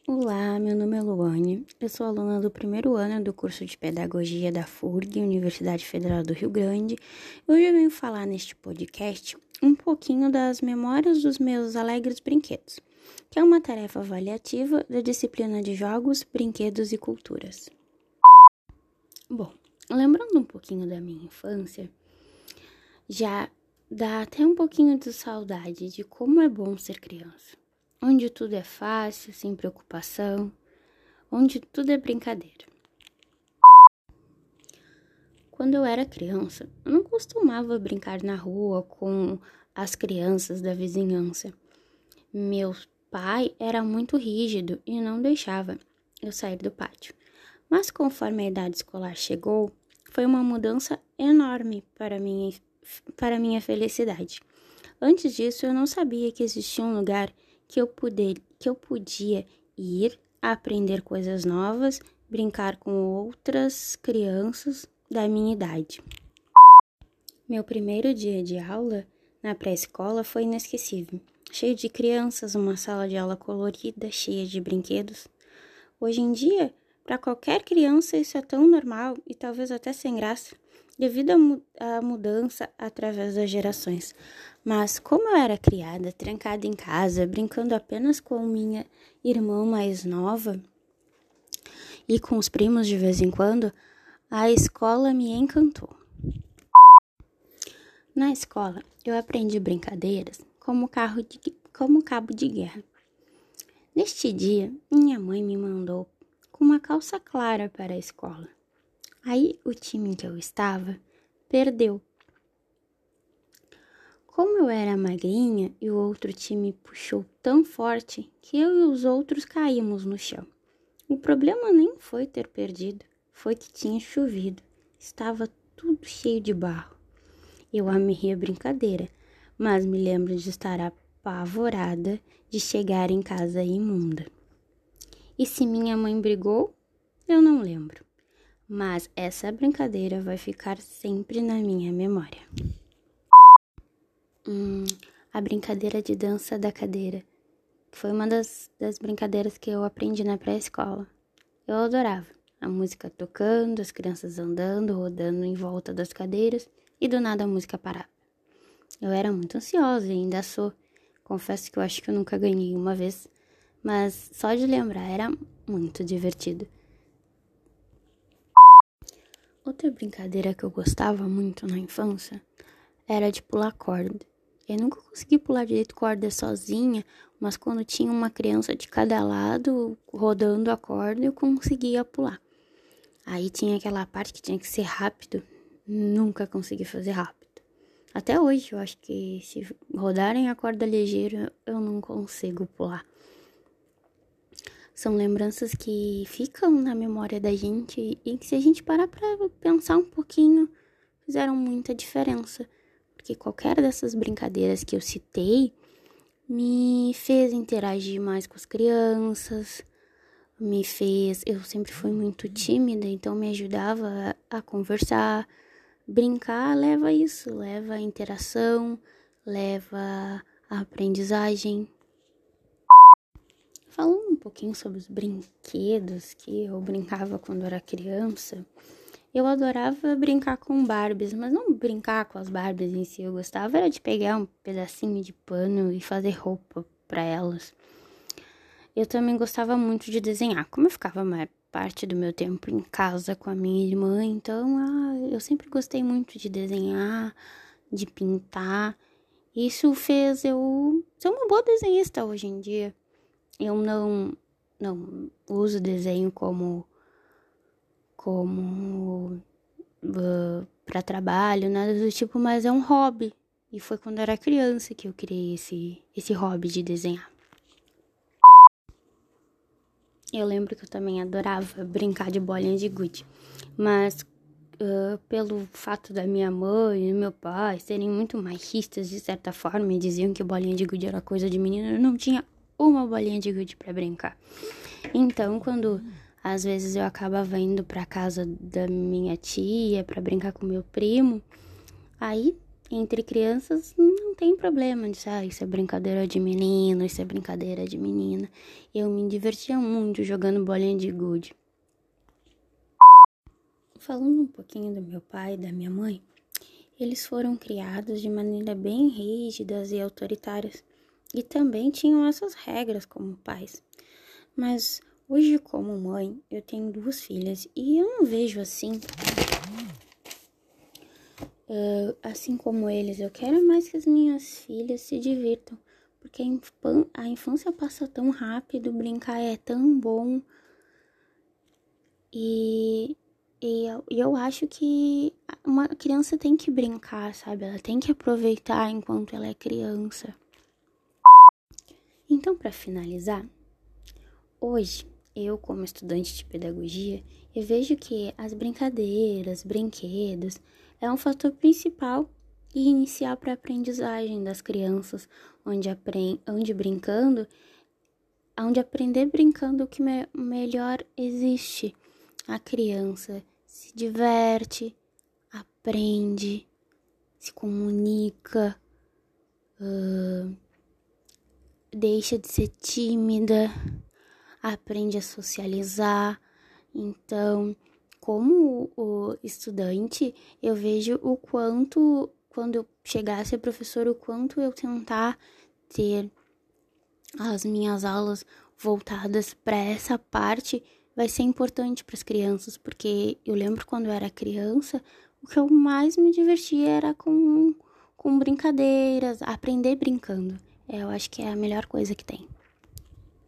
Olá, meu nome é Luane, eu sou aluna do primeiro ano do curso de Pedagogia da FURG, Universidade Federal do Rio Grande. Hoje eu venho falar neste podcast um pouquinho das memórias dos meus alegres brinquedos, que é uma tarefa avaliativa da disciplina de Jogos, Brinquedos e Culturas. Bom, lembrando um pouquinho da minha infância, já dá até um pouquinho de saudade de como é bom ser criança. Onde tudo é fácil, sem preocupação, onde tudo é brincadeira. Quando eu era criança, eu não costumava brincar na rua com as crianças da vizinhança. Meu pai era muito rígido e não deixava eu sair do pátio. Mas conforme a idade escolar chegou, foi uma mudança enorme para minha felicidade. Antes disso, eu não sabia que existia um lugar que eu podia ir, aprender coisas novas, brincar com outras crianças da minha idade. Meu primeiro dia de aula na pré-escola foi inesquecível. Cheio de crianças, uma sala de aula colorida, cheia de brinquedos. Hoje em dia, para qualquer criança isso é tão normal e talvez até sem graça, devido à mudança através das gerações. Mas como eu era criada, trancada em casa, brincando apenas com minha irmã mais nova e com os primos de vez em quando, a escola me encantou. Na escola, eu aprendi brincadeiras como cabo de guerra. Neste dia, minha mãe me mandou com uma calça clara para a escola. Aí, o time em que eu estava perdeu. Como eu era magrinha e o outro time puxou tão forte que eu e os outros caímos no chão. O problema nem foi ter perdido, foi que tinha chovido. Estava tudo cheio de barro. Eu amei a brincadeira, mas me lembro de estar apavorada de chegar em casa imunda. E se minha mãe brigou? Eu não lembro. Mas essa brincadeira vai ficar sempre na minha memória. A brincadeira de dança da cadeira, que foi uma das brincadeiras que eu aprendi na pré-escola. Eu adorava a música tocando, as crianças andando, rodando em volta das cadeiras e do nada a música parava. Eu era muito ansiosa e ainda sou. Confesso que eu acho que eu nunca ganhei uma vez, mas só de lembrar era muito divertido. Outra brincadeira que eu gostava muito na infância era de pular corda. Eu nunca consegui pular direito corda sozinha, mas quando tinha uma criança de cada lado rodando a corda, eu conseguia pular. Aí tinha aquela parte que tinha que ser rápido, nunca consegui fazer rápido. Até hoje eu acho que se rodarem a corda ligeiro, eu não consigo pular. São lembranças que ficam na memória da gente e que se a gente parar para pensar um pouquinho, fizeram muita diferença. Porque qualquer dessas brincadeiras que eu citei me fez interagir mais com as crianças, eu sempre fui muito tímida, então me ajudava a conversar. Brincar leva a isso, leva a interação, leva a aprendizagem. Falando um pouquinho sobre os brinquedos que eu brincava quando era criança, eu adorava brincar com Barbies, mas não brincar com as Barbies em si. Eu gostava era de pegar um pedacinho de pano e fazer roupa para elas. Eu também gostava muito de desenhar. Como eu ficava mais parte do meu tempo em casa com a minha irmã, então eu sempre gostei muito de desenhar, de pintar. Isso fez eu ser uma boa desenhista hoje em dia. Eu não uso desenho como para trabalho, nada do tipo, mas é um hobby. E foi quando eu era criança que eu criei esse hobby de desenhar. Eu lembro que eu também adorava brincar de bolinha de gude, mas pelo fato da minha mãe e meu pai serem muito machistas de certa forma e diziam que bolinha de gude era coisa de menina, eu não tinha uma bolinha de gude para brincar. Então, quando às vezes eu acabava indo para casa da minha tia para brincar com meu primo, aí entre crianças não tem problema de isso é brincadeira de menino, isso é brincadeira de menina. Eu me divertia muito jogando bolinha de gude. Falando um pouquinho do meu pai e da minha mãe, eles foram criados de maneira bem rígidas e autoritárias e também tinham essas regras como pais. Mas hoje, como mãe, eu tenho 2 filhas e eu não vejo assim como eles. Eu quero mais que as minhas filhas se divirtam, porque a infância passa tão rápido, brincar é tão bom e eu acho que uma criança tem que brincar, sabe? Ela tem que aproveitar enquanto ela é criança. Então, para finalizar, hoje, eu como estudante de pedagogia, eu vejo que as brincadeiras, brinquedos, é um fator principal e inicial para a aprendizagem das crianças, onde brincando, onde aprender brincando o que melhor existe. A criança se diverte, aprende, se comunica, deixa de ser tímida, aprende a socializar. Então, como o estudante, eu vejo o quanto, quando eu chegar a ser professora, o quanto eu tentar ter as minhas aulas voltadas para essa parte vai ser importante para as crianças, porque eu lembro quando eu era criança, o que eu mais me divertia era com brincadeiras, aprender brincando. Eu acho que é a melhor coisa que tem.